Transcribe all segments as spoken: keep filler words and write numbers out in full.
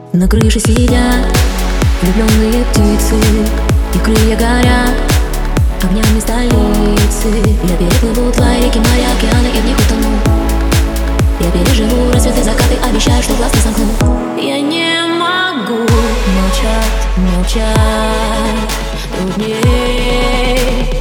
На крыше сидят влюбленные птицы, и крылья горят огнями столицы. Я переплыву твои реки, моря, океаны, и в них утону. Я переживу рассветы, закаты, обещаю, что глаз не сомкну. Я не могу молчать, молчать трудней.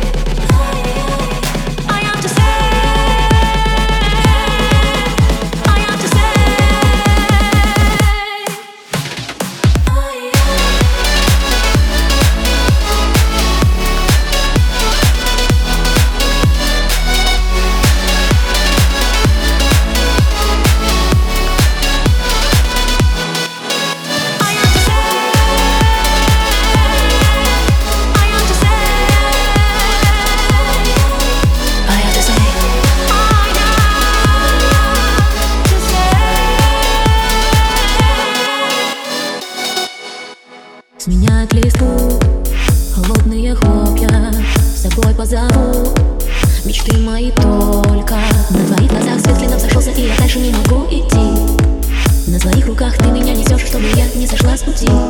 Сменяют листву холодные хлопья, с собой позову мечты мои только. На твоих глазах свет клином сошелся, и я дальше не могу идти. На твоих руках ты меня несешь, чтобы я не сошла с пути.